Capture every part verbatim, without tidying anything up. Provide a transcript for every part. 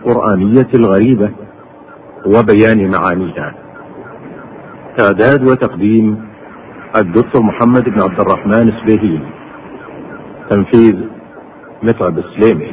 القرآنية الغريبة وبيان معانيها. إعداد وتقديم الدكتور محمد بن عبد الرحمن السبيهي. تنفيذ متعب السليمي.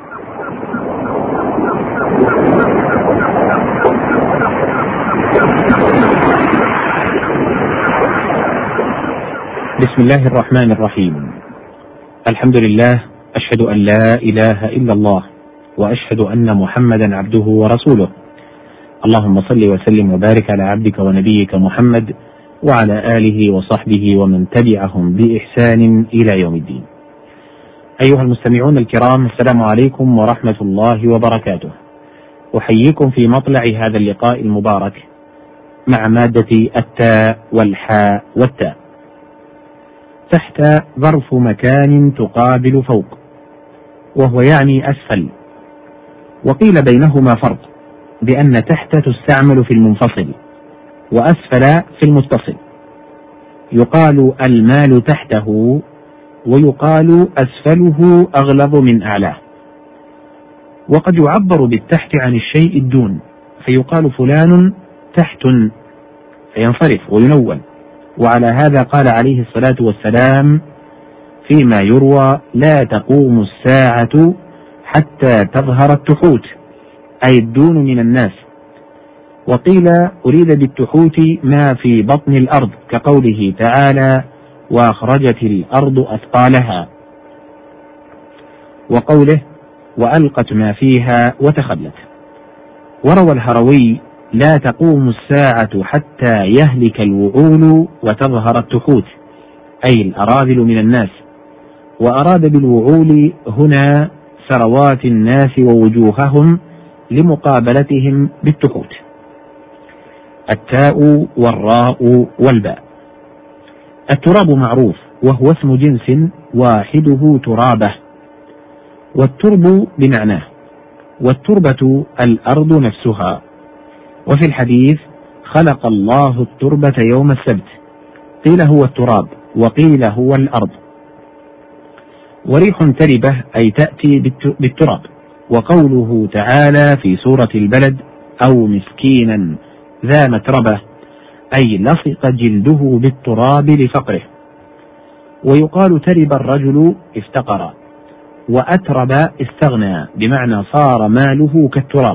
بسم الله الرحمن الرحيم. الحمد لله، أشهد أن لا إله إلا الله، وأشهد أن محمدا عبده ورسوله. اللهم صل وسلم وبارك على عبدك ونبيك محمد وعلى آله وصحبه ومن تبعهم بإحسان إلى يوم الدين. أيها المستمعون الكرام، السلام عليكم ورحمة الله وبركاته. أحييكم في مطلع هذا اللقاء المبارك مع مادة التاء والحاء والتاء. تحت ظرف مكان تقابل فوق، وهو يعني أسفل، وقيل بينهما فرق بأن تحت تستعمل في المنفصل وأسفل في المتصل. يقال المال تحته، ويقال أسفله أغلظ من أعلاه. وقد يعبر بالتحت عن الشيء الدون، فيقال فلان تحت فينصرف وينون. وعلى هذا قال عليه الصلاة والسلام فيما يروى: لا تقوم الساعة حتى تظهر التحوت، أي الدون من الناس. وقيل أريد بالتحوت ما في بطن الأرض، كقوله تعالى: وأخرجت الأرض أثقالها، وقوله: وألقت ما فيها وتخلت. وروى الهروي: لا تقوم الساعة حتى يهلك الوعول وتظهر التحوت، أي الأراذل من الناس. وأراد بالوعول هنا ثروات الناس ووجوههم لمقابلتهم بالتحوت. التاء والراء والباء. التراب معروف، وهو اسم جنس واحده ترابه، والترب بمعناه، والتربة الأرض نفسها. وفي الحديث: خلق الله التربة يوم السبت، قيل هو التراب وقيل هو الأرض. وريح تربة أي تأتي بالتراب. وقوله تعالى في سورة البلد: أو مسكينا ذا متربة، أي لصق جلده بالتراب لفقره. ويقال ترب الرجل افتقر، وأترب استغنى، بمعنى صار ماله كالتراب.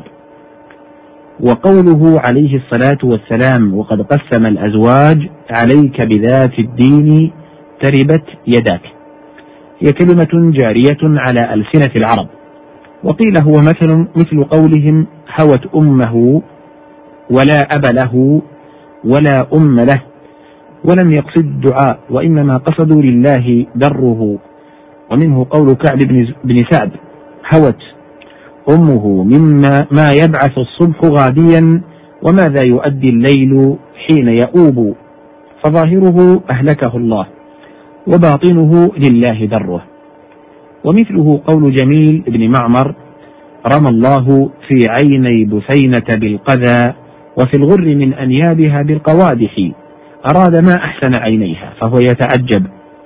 وقوله عليه الصلاة والسلام: وقد قسم الأزواج، عليك بذات الدين تربت يداك، هي كلمة جارية على ألسنة العرب. وقيل هو مثل, مثل قولهم: هوت أمه ولا أب له ولا أم له. ولم يقصد الدعاء، وإنما قصدوا لله دره. ومنه قول كعب بن سعد: هوت أمه مما ما يبعث الصبح غاديا، وماذا يؤدي الليل حين يؤوب، فظاهره أهلكه الله وباطنه لله دره. ومثله قول جميل بن معمر: رمى الله في عيني بثينة بالقذى، وفي الغر من أنيابها بالقوادح، أراد ما أحسن عينيها، فهو يتعجب.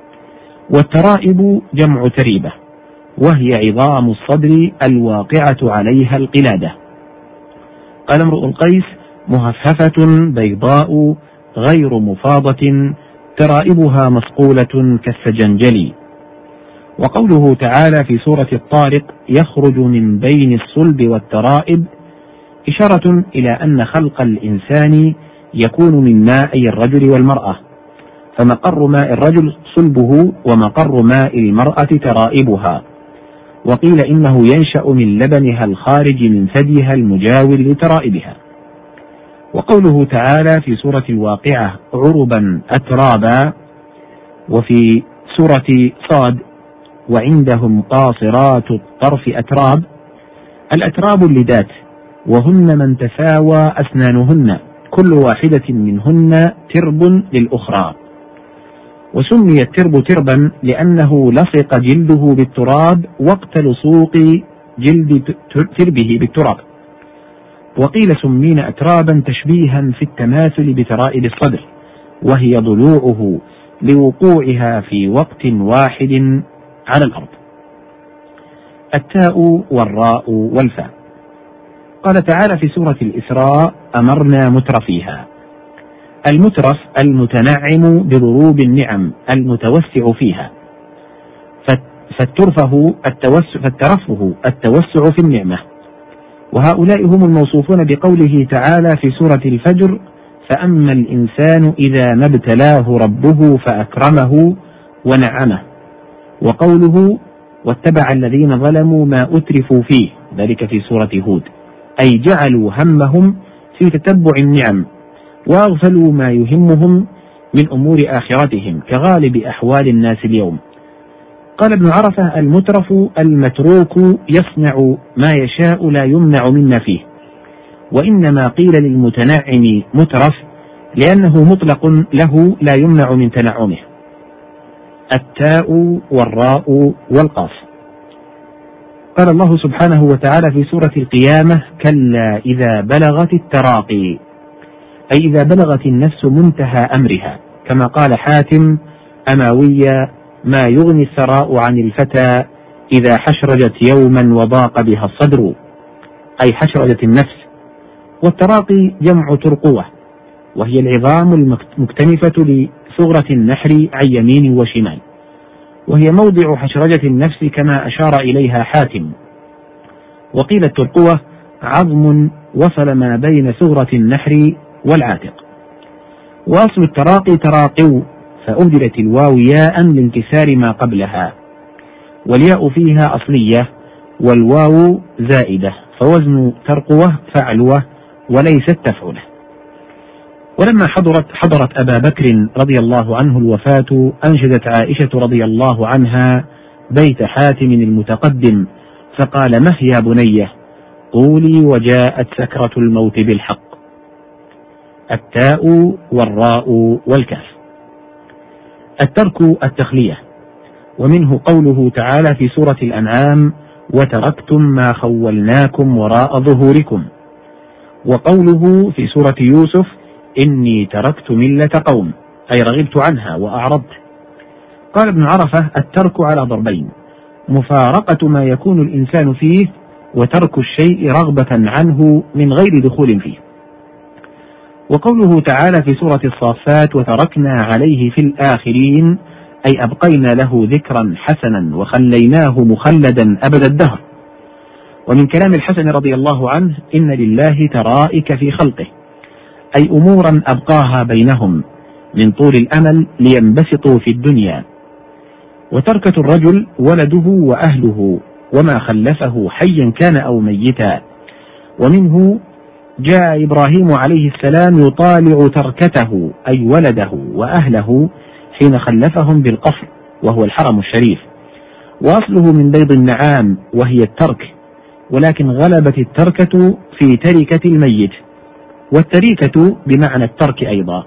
والترائب جمع تريبة، وهي عظام الصدر الواقعة عليها القلادة. قال امرؤ القيس: مهفهفة بيضاء غير مفاضة، ترائبها مصقولة كالسجنجل. وقوله تعالى في سورة الطارق: يخرج من بين الصلب والترائب، إشارة إلى أن خلق الإنسان يكون من ماء الرجل والمرأة، فمقر ماء الرجل صلبه، ومقر ماء المرأة ترائبها. وقيل إنه ينشأ من لبنها الخارج من ثديها المجاور لترائبها. وقوله تعالى في سورة الواقعة: عربا أترابا. وفي سورة صاد: وعندهم قاصرات الطرف أتراب. الأتراب اللدات، وهن من تساوى أسنانهن، كل واحدة منهن ترب للأخرى. وسمي الترب تربا لأنه لصق جلده بالتراب وقت لصوق جلد تربه بالتراب. وقيل سمين أترابا تشبيها في التماثل بترائب الصدر، وهي ضلوعه لوقوعها في وقت واحد على الأرض. التاء والراء والفاء. قال تعالى في سورة الإسراء: أمرنا مترفيها. المترف المتنعم بضروب النعم المتوسع فيها، فالترفه التوسع فالترفه التوسع في النعمة. وهؤلاء هم الموصوفون بقوله تعالى في سورة الفجر: فأما الإنسان إذا ما ابتلاه ربه فأكرمه ونعمه. وقوله: واتبع الذين ظلموا ما أترفوا فيه، ذلك في سورة هود، أي جعلوا همهم في تتبع النعم وأغفلوا ما يهمهم من أمور آخرتهم كغالب أحوال الناس اليوم. قال ابن عرفة: المترف المتروك يصنع ما يشاء لا يمنع مما فيه. وإنما قيل للمتنعم مترف لأنه مطلق له لا يمنع من تنعمه. التاء والراء والقاف. قال الله سبحانه وتعالى في سورة القيامة: كلا إذا بلغت التراقي، أي إذا بلغت النفس منتهى أمرها، كما قال حاتم: أماوية ما يغني الثراء عن الفتى إذا حشرجت يوما وضاق بها الصدر، أي حشرجت النفس. والتراقي جمع ترقوة، وهي العظام المكتنفة لثغرة النحر عن يمين وشمال، وهي موضع حشرجة النفس كما أشار إليها حاتم. وقيل الترقوة عظم وصل ما بين ثغرة النحر والعاتق. وأصل التراقي تراقو، فأبدلت الواو ياء لانكسار ما قبلها، والياء فيها أصلية والواو زائدة، فوزن ترقوة فعلوة وليست تفعله. ولما حضرت حضرت أبا بكر رضي الله عنه الوفاة، أنشدت عائشة رضي الله عنها بيت حاتم المتقدم، فقال: مه يا بنيه قولي وجاءت سكرة الموت بالحق. التاء والراء والكاف. الترك التخلية، ومنه قوله تعالى في سورة الأنعام: وتركتم ما خولناكم وراء ظهوركم. وقوله في سورة يوسف: إني تركت ملة قوم، أي رغبت عنها وأعرضت. قال ابن عرفة: الترك على ضربين: مفارقة ما يكون الإنسان فيه، وترك الشيء رغبة عنه من غير دخول فيه. وقوله تعالى في سورة الصافات: وتركنا عليه في الآخرين، أي أبقينا له ذكرا حسنا وخليناه مخلدا أبد الدهر. ومن كلام الحسن رضي الله عنه: إن لله ترائك في خلقه، أي أمورا أبقاها بينهم من طول الأمل لينبسطوا في الدنيا. وتركة الرجل ولده وأهله وما خلفه حيا كان أو ميتا. ومنه جاء إبراهيم عليه السلام يطالع تركته، أي ولده وأهله، حين خلفهم بالقصر وهو الحرم الشريف. وأصله من بيض النعام وهي الترك، ولكن غلبت التركة في تركة الميت، والتريكة بمعنى الترك أيضا.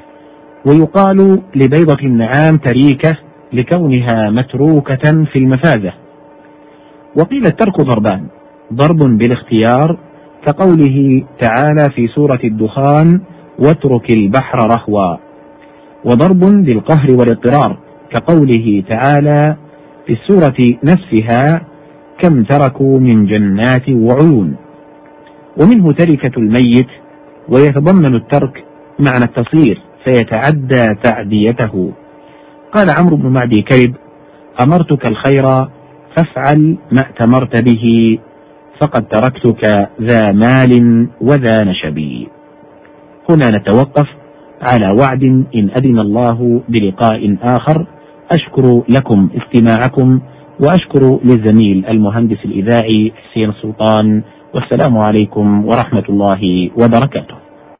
ويقال لبيضة النعام تريكة لكونها متروكة في المفازة. وقيل الترك ضربان: ضرب بالاختيار كقوله تعالى في سورة الدخان: واترك البحر رهوا. وضرب بالقهر والاضطرار كقوله تعالى في السورة نفسها: كم تركوا من جنات وعيون. ومنه تركة الميت، ويتضمن الترك معنى التصير فيتعدى تعديته. قال عمرو بن معدي كرب: أمرتك الخير فافعل ما ائتمرت به، فقد تركتك ذا مال وذا نشب. هنا نتوقف على وعد إن أذن الله بلقاء آخر. أشكر لكم استماعكم، وأشكر للزميل المهندس الإذاعي حسين السلطان، والسلام عليكم ورحمة الله وبركاته.